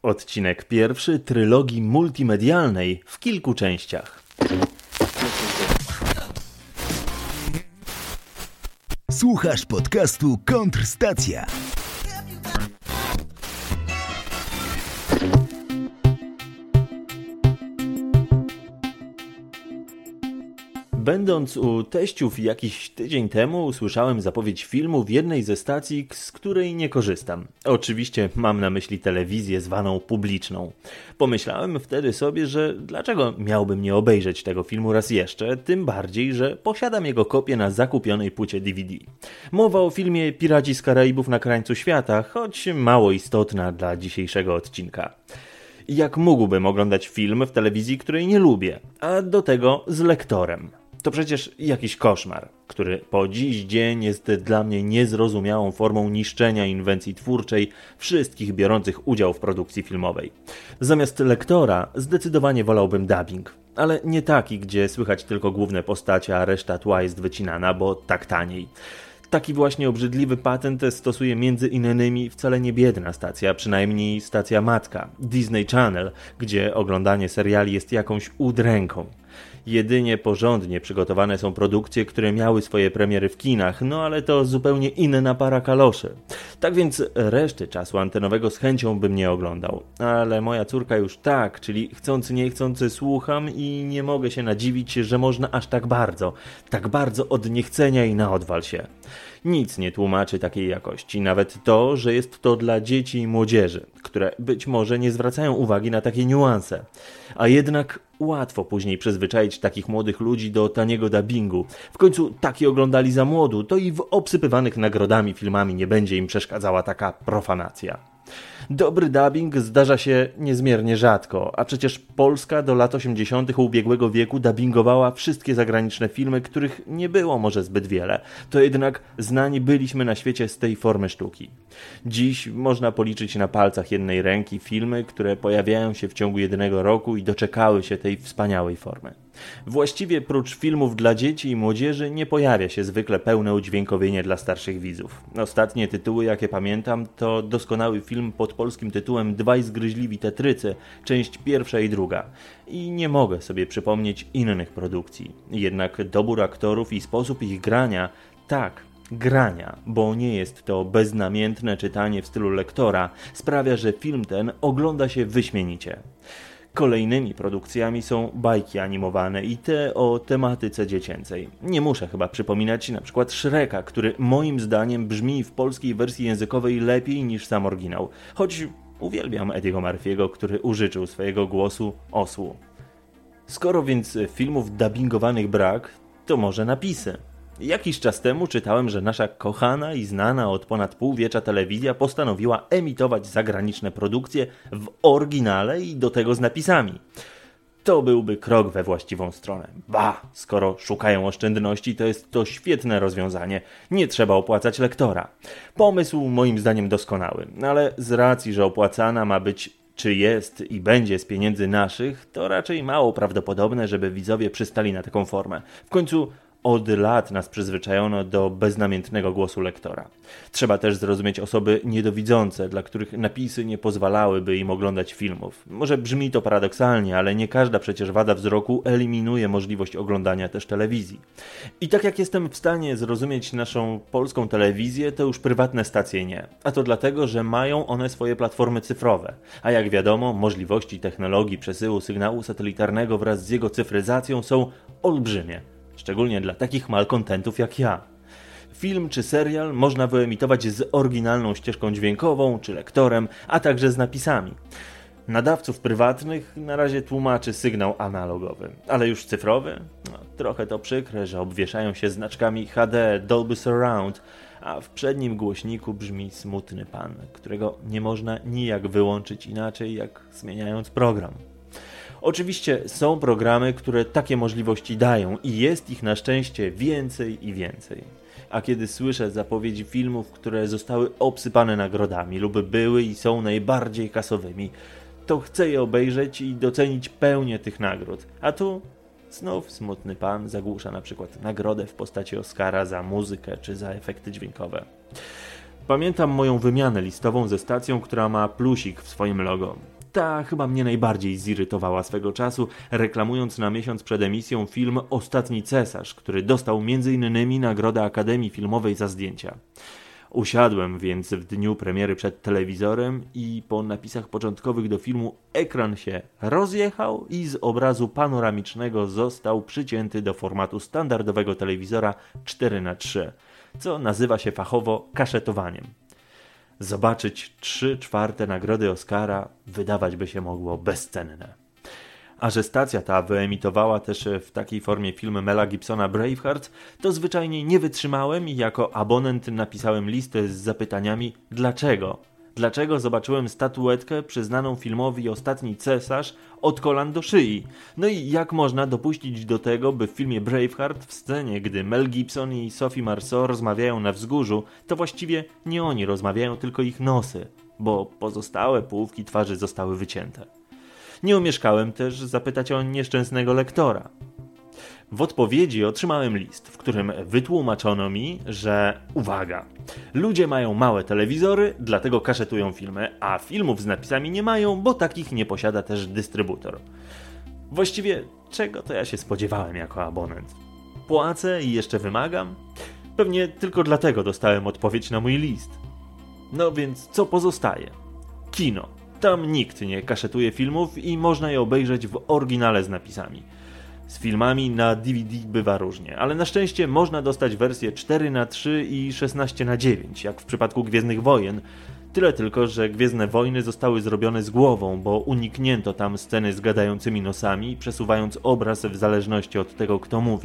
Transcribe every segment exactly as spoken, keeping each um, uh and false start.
Odcinek pierwszy trylogii multimedialnej w kilku częściach. Słuchasz podcastu Kontrstacja. Będąc u teściów jakiś tydzień temu, usłyszałem zapowiedź filmu w jednej ze stacji, z której nie korzystam. Oczywiście mam na myśli telewizję zwaną publiczną. Pomyślałem wtedy sobie, że dlaczego miałbym nie obejrzeć tego filmu raz jeszcze, tym bardziej, że posiadam jego kopię na zakupionej płycie D V D. Mowa o filmie Piraci z Karaibów na krańcu świata, choć mało istotna dla dzisiejszego odcinka. Jak mógłbym oglądać film w telewizji, której nie lubię, a do tego z lektorem? To przecież jakiś koszmar, który po dziś dzień jest dla mnie niezrozumiałą formą niszczenia inwencji twórczej wszystkich biorących udział w produkcji filmowej. Zamiast lektora zdecydowanie wolałbym dubbing, ale nie taki, gdzie słychać tylko główne postacie, a reszta tła jest wycinana, bo tak taniej. Taki właśnie obrzydliwy patent stosuje między innymi wcale nie biedna stacja, przynajmniej stacja matka, Disney Channel, gdzie oglądanie seriali jest jakąś udręką. Jedynie porządnie przygotowane są produkcje, które miały swoje premiery w kinach, no ale to zupełnie inna para kaloszy. Tak więc reszty czasu antenowego z chęcią bym nie oglądał. Ale moja córka już tak, czyli chcący nie chcący słucham i nie mogę się nadziwić, że można aż tak bardzo, tak bardzo od niechcenia i na odwal się. Nic nie tłumaczy takiej jakości, nawet to, że jest to dla dzieci i młodzieży, które być może nie zwracają uwagi na takie niuanse. A jednak łatwo później przyzwyczaić takich młodych ludzi do taniego dubbingu. W końcu taki oglądali za młodu, to i w obsypywanych nagrodami filmami nie będzie im przeszkadzała taka profanacja. Dobry dubbing zdarza się niezmiernie rzadko, a przecież Polska do lat osiemdziesiątych ubiegłego wieku dubbingowała wszystkie zagraniczne filmy, których nie było może zbyt wiele. To jednak znani byliśmy na świecie z tej formy sztuki. Dziś można policzyć na palcach jednej ręki filmy, które pojawiają się w ciągu jednego roku i doczekały się tej wspaniałej formy. Właściwie prócz filmów dla dzieci i młodzieży nie pojawia się zwykle pełne udźwiękowienie dla starszych widzów. Ostatnie tytuły, jakie pamiętam, to doskonały film pod polskim tytułem Dwaj zgryźliwi tetrycy, część pierwsza i druga. I nie mogę sobie przypomnieć innych produkcji. Jednak dobór aktorów i sposób ich grania, tak, grania, bo nie jest to beznamiętne czytanie w stylu lektora, sprawia, że film ten ogląda się wyśmienicie. Kolejnymi produkcjami są bajki animowane i te o tematyce dziecięcej. Nie muszę chyba przypominać na przykład Shreka, który moim zdaniem brzmi w polskiej wersji językowej lepiej niż sam oryginał, choć uwielbiam Eddie'ego Murphy'ego, który użyczył swojego głosu osłu. Skoro więc filmów dubbingowanych brak, to może napisy. Jakiś czas temu czytałem, że nasza kochana i znana od ponad półwiecza telewizja postanowiła emitować zagraniczne produkcje w oryginale i do tego z napisami. To byłby krok we właściwą stronę. Ba, skoro szukają oszczędności, to jest to świetne rozwiązanie. Nie trzeba opłacać lektora. Pomysł moim zdaniem doskonały, ale z racji, że opłacana ma być czy jest i będzie z pieniędzy naszych, to raczej mało prawdopodobne, żeby widzowie przystali na taką formę. W końcu od lat nas przyzwyczajono do beznamiętnego głosu lektora. Trzeba też zrozumieć osoby niedowidzące, dla których napisy nie pozwalałyby im oglądać filmów. Może brzmi to paradoksalnie, ale nie każda przecież wada wzroku eliminuje możliwość oglądania też telewizji. I tak jak jestem w stanie zrozumieć naszą polską telewizję, to już prywatne stacje nie. A to dlatego, że mają one swoje platformy cyfrowe. A jak wiadomo, możliwości technologii przesyłu sygnału satelitarnego wraz z jego cyfryzacją są olbrzymie. Szczególnie dla takich malkontentów jak ja. Film czy serial można wyemitować z oryginalną ścieżką dźwiękową czy lektorem, a także z napisami. Nadawców prywatnych na razie tłumaczy sygnał analogowy, ale już cyfrowy? No, trochę to przykre, że obwieszają się znaczkami H D, Dolby Surround, a w przednim głośniku brzmi smutny pan, którego nie można nijak wyłączyć inaczej jak zmieniając program. Oczywiście są programy, które takie możliwości dają i jest ich na szczęście więcej i więcej. A kiedy słyszę zapowiedzi filmów, które zostały obsypane nagrodami lub były i są najbardziej kasowymi, to chcę je obejrzeć i docenić pełnię tych nagród. A tu znów smutny pan zagłusza na przykład nagrodę w postaci Oscara za muzykę czy za efekty dźwiękowe. Pamiętam moją wymianę listową ze stacją, która ma plusik w swoim logo. Ta chyba mnie najbardziej zirytowała swego czasu, reklamując na miesiąc przed emisją film Ostatni Cesarz, który dostał między innymi nagrodę Akademii Filmowej za zdjęcia. Usiadłem więc w dniu premiery przed telewizorem i po napisach początkowych do filmu ekran się rozjechał i z obrazu panoramicznego został przycięty do formatu standardowego telewizora cztery na trzy, co nazywa się fachowo kaszetowaniem. Zobaczyć trzy czwarte nagrody Oscara wydawać by się mogło bezcenne. A że stacja ta wyemitowała też w takiej formie film Mela Gibsona Braveheart, to zwyczajnie nie wytrzymałem i jako abonent napisałem listę z zapytaniami dlaczego. Dlaczego zobaczyłem statuetkę przyznaną filmowi Ostatni Cesarz od kolan do szyi? No i jak można dopuścić do tego, by w filmie Braveheart w scenie, gdy Mel Gibson i Sophie Marceau rozmawiają na wzgórzu, to właściwie nie oni rozmawiają, tylko ich nosy, bo pozostałe połówki twarzy zostały wycięte. Nie omieszkałem też zapytać o nieszczęsnego lektora. W odpowiedzi otrzymałem list, w którym wytłumaczono mi, że uwaga, ludzie mają małe telewizory, dlatego kaszetują filmy, a filmów z napisami nie mają, bo takich nie posiada też dystrybutor. Właściwie czego to ja się spodziewałem jako abonent? Płacę i jeszcze wymagam? Pewnie tylko dlatego dostałem odpowiedź na mój list. No więc co pozostaje? Kino. Tam nikt nie kaszetuje filmów i można je obejrzeć w oryginale z napisami. Z filmami na D V D bywa różnie, ale na szczęście można dostać wersje cztery na trzy i szesnaście na dziewięć, jak w przypadku Gwiezdnych Wojen. Tyle tylko, że Gwiezdne Wojny zostały zrobione z głową, bo uniknięto tam sceny z gadającymi nosami, przesuwając obraz w zależności od tego, kto mówi.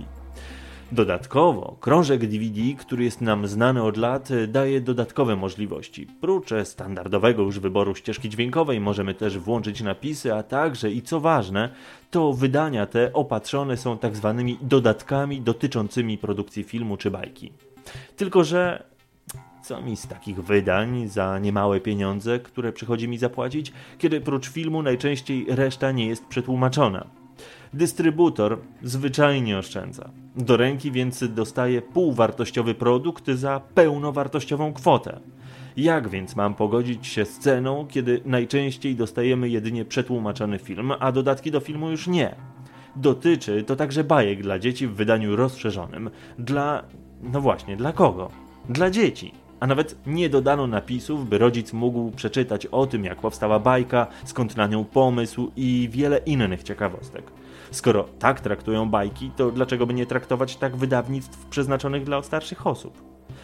Dodatkowo, krążek D V D, który jest nam znany od lat, daje dodatkowe możliwości. Prócz standardowego już wyboru ścieżki dźwiękowej możemy też włączyć napisy, a także, i co ważne, to wydania te opatrzone są tak zwanymi dodatkami dotyczącymi produkcji filmu czy bajki. Tylko że co mi z takich wydań za niemałe pieniądze, które przychodzi mi zapłacić, kiedy prócz filmu najczęściej reszta nie jest przetłumaczona. Dystrybutor zwyczajnie oszczędza. Do ręki więc dostaje półwartościowy produkt za pełnowartościową kwotę. Jak więc mam pogodzić się z ceną, kiedy najczęściej dostajemy jedynie przetłumaczony film, a dodatki do filmu już nie? Dotyczy to także bajek dla dzieci w wydaniu rozszerzonym. Dla... no właśnie, dla kogo? Dla dzieci. A nawet nie dodano napisów, by rodzic mógł przeczytać o tym, jak powstała bajka, skąd na nią pomysł i wiele innych ciekawostek. Skoro tak traktują bajki, to dlaczego by nie traktować tak wydawnictw przeznaczonych dla starszych osób?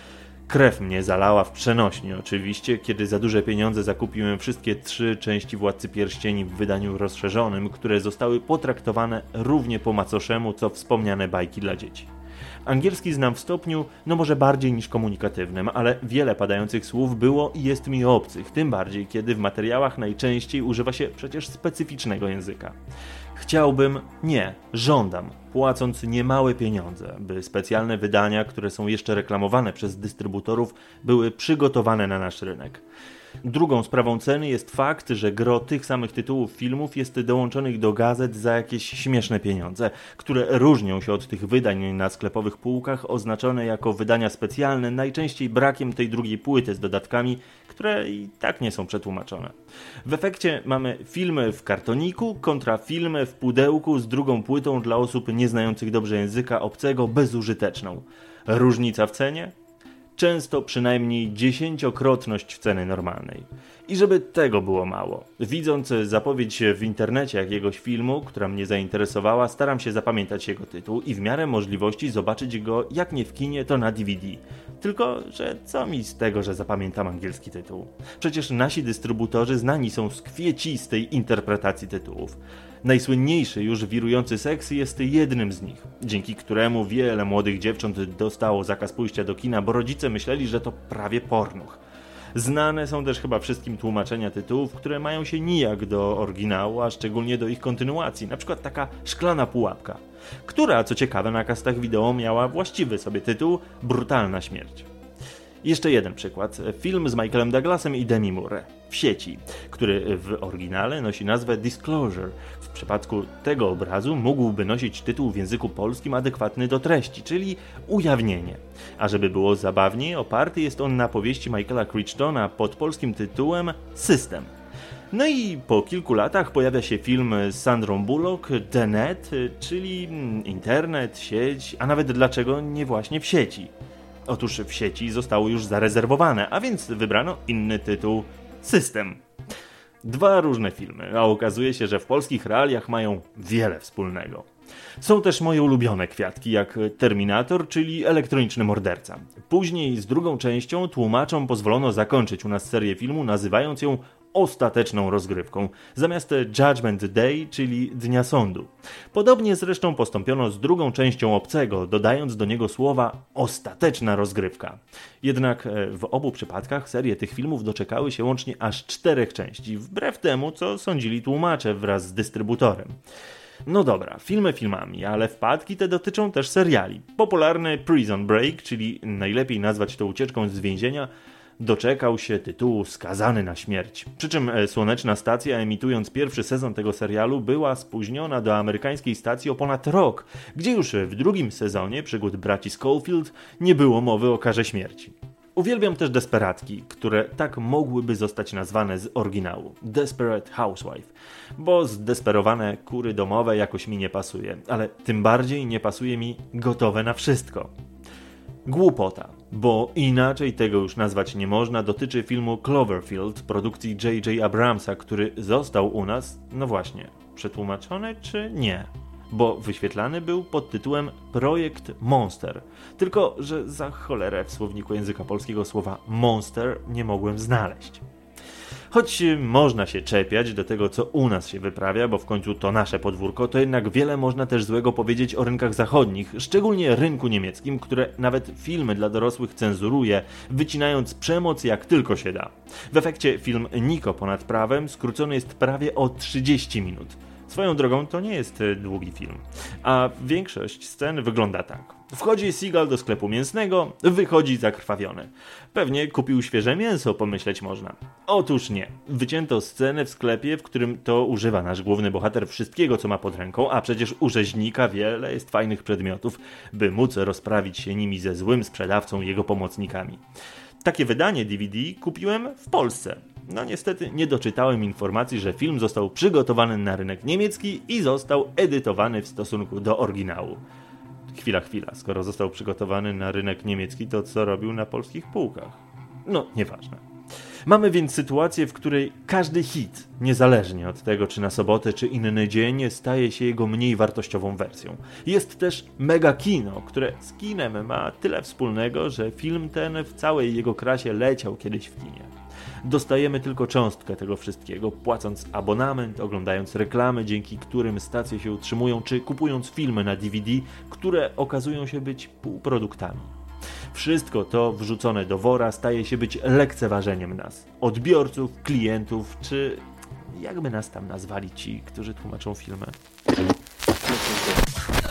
Krew mnie zalała w przenośni oczywiście, kiedy za duże pieniądze zakupiłem wszystkie trzy części Władcy Pierścieni w wydaniu rozszerzonym, które zostały potraktowane równie po macoszemu, co wspomniane bajki dla dzieci. Angielski znam w stopniu, no może bardziej niż komunikatywnym, ale wiele padających słów było i jest mi obcych, tym bardziej kiedy w materiałach najczęściej używa się przecież specyficznego języka. Chciałbym, nie, żądam, płacąc niemałe pieniądze, by specjalne wydania, które są jeszcze reklamowane przez dystrybutorów, były przygotowane na nasz rynek. Drugą sprawą ceny jest fakt, że gro tych samych tytułów filmów jest dołączonych do gazet za jakieś śmieszne pieniądze, które różnią się od tych wydań na sklepowych półkach oznaczone jako wydania specjalne, najczęściej brakiem tej drugiej płyty z dodatkami, które i tak nie są przetłumaczone. W efekcie mamy filmy w kartoniku kontra filmy w pudełku z drugą płytą dla osób nieznających dobrze języka obcego bezużyteczną. Różnica w cenie? Często przynajmniej dziesięciokrotność ceny normalnej. I żeby tego było mało, widząc zapowiedź w internecie jakiegoś filmu, która mnie zainteresowała, staram się zapamiętać jego tytuł i w miarę możliwości zobaczyć go jak nie w kinie, to na D V D. Tylko, że co mi z tego, że zapamiętam angielski tytuł? Przecież nasi dystrybutorzy znani są z kwiecistej interpretacji tytułów. Najsłynniejszy już wirujący seks jest jednym z nich, dzięki któremu wiele młodych dziewcząt dostało zakaz pójścia do kina, bo rodzice myśleli, że to prawie pornuch. Znane są też chyba wszystkim tłumaczenia tytułów, które mają się nijak do oryginału, a szczególnie do ich kontynuacji, na przykład taka Szklana pułapka, która, co ciekawe, na kastach wideo miała właściwy sobie tytuł Brutalna śmierć. Jeszcze jeden przykład. Film z Michaelem Douglasem i Demi Moore w sieci, który w oryginale nosi nazwę Disclosure. W przypadku tego obrazu mógłby nosić tytuł w języku polskim adekwatny do treści, czyli ujawnienie. A żeby było zabawniej, oparty jest on na powieści Michaela Crichtona pod polskim tytułem System. No i po kilku latach pojawia się film z Sandrą Bullock, The Net, czyli internet, sieć, a nawet dlaczego nie właśnie w sieci. Otóż w sieci zostało już zarezerwowane, a więc wybrano inny tytuł System. Dwa różne filmy, a okazuje się, że w polskich realiach mają wiele wspólnego. Są też moje ulubione kwiatki, jak Terminator, czyli Elektroniczny Morderca. Później z drugą częścią tłumaczom pozwolono zakończyć u nas serię filmu, nazywając ją ostateczną rozgrywką, zamiast Judgment Day, czyli Dnia Sądu. Podobnie zresztą postąpiono z drugą częścią Obcego, dodając do niego słowa ostateczna rozgrywka. Jednak w obu przypadkach serie tych filmów doczekały się łącznie aż czterech części, wbrew temu, co sądzili tłumacze wraz z dystrybutorem. No dobra, filmy filmami, ale wpadki te dotyczą też seriali. Popularny Prison Break, czyli najlepiej nazwać to ucieczką z więzienia, doczekał się tytułu Skazany na śmierć. Przy czym Słoneczna Stacja, emitując pierwszy sezon tego serialu, była spóźniona do amerykańskiej stacji o ponad rok, gdzie już w drugim sezonie przygód braci Schofield nie było mowy o karze śmierci. Uwielbiam też desperatki, które tak mogłyby zostać nazwane z oryginału. Desperate Housewife, bo zdesperowane kury domowe jakoś mi nie pasuje, ale tym bardziej nie pasuje mi gotowe na wszystko. Głupota, bo inaczej tego już nazwać nie można, dotyczy filmu Cloverfield produkcji J J Abramsa, który został u nas, no właśnie, przetłumaczony czy nie? Bo wyświetlany był pod tytułem Projekt Monster. Tylko że za cholerę w słowniku języka polskiego słowa monster nie mogłem znaleźć. Choć można się czepiać do tego, co u nas się wyprawia, bo w końcu to nasze podwórko, to jednak wiele można też złego powiedzieć o rynkach zachodnich, szczególnie rynku niemieckim, które nawet filmy dla dorosłych cenzuruje, wycinając przemoc jak tylko się da. W efekcie film Niko ponad prawem skrócony jest prawie o trzydzieści minut. Swoją drogą to nie jest długi film, a większość scen wygląda tak. Wchodzi Seagal do sklepu mięsnego, wychodzi zakrwawiony. Pewnie kupił świeże mięso, pomyśleć można. Otóż nie. Wycięto scenę w sklepie, w którym to używa nasz główny bohater wszystkiego, co ma pod ręką, a przecież u rzeźnika wiele jest fajnych przedmiotów, by móc rozprawić się nimi ze złym sprzedawcą i jego pomocnikami. Takie wydanie D V D kupiłem w Polsce. No niestety nie doczytałem informacji, że film został przygotowany na rynek niemiecki i został edytowany w stosunku do oryginału. Chwila, chwila, skoro został przygotowany na rynek niemiecki, to co robił na polskich półkach? No, nieważne. Mamy więc sytuację, w której każdy hit, niezależnie od tego, czy na sobotę, czy inny dzień, staje się jego mniej wartościową wersją. Jest też mega kino, które z kinem ma tyle wspólnego, że film ten w całej jego krasie leciał kiedyś w kinie. Dostajemy tylko cząstkę tego wszystkiego, płacąc abonament, oglądając reklamy, dzięki którym stacje się utrzymują, czy kupując filmy na D V D, które okazują się być półproduktami. Wszystko to wrzucone do wora staje się być lekceważeniem nas, odbiorców, klientów, czy jakby nas tam nazwali ci, którzy tłumaczą filmy.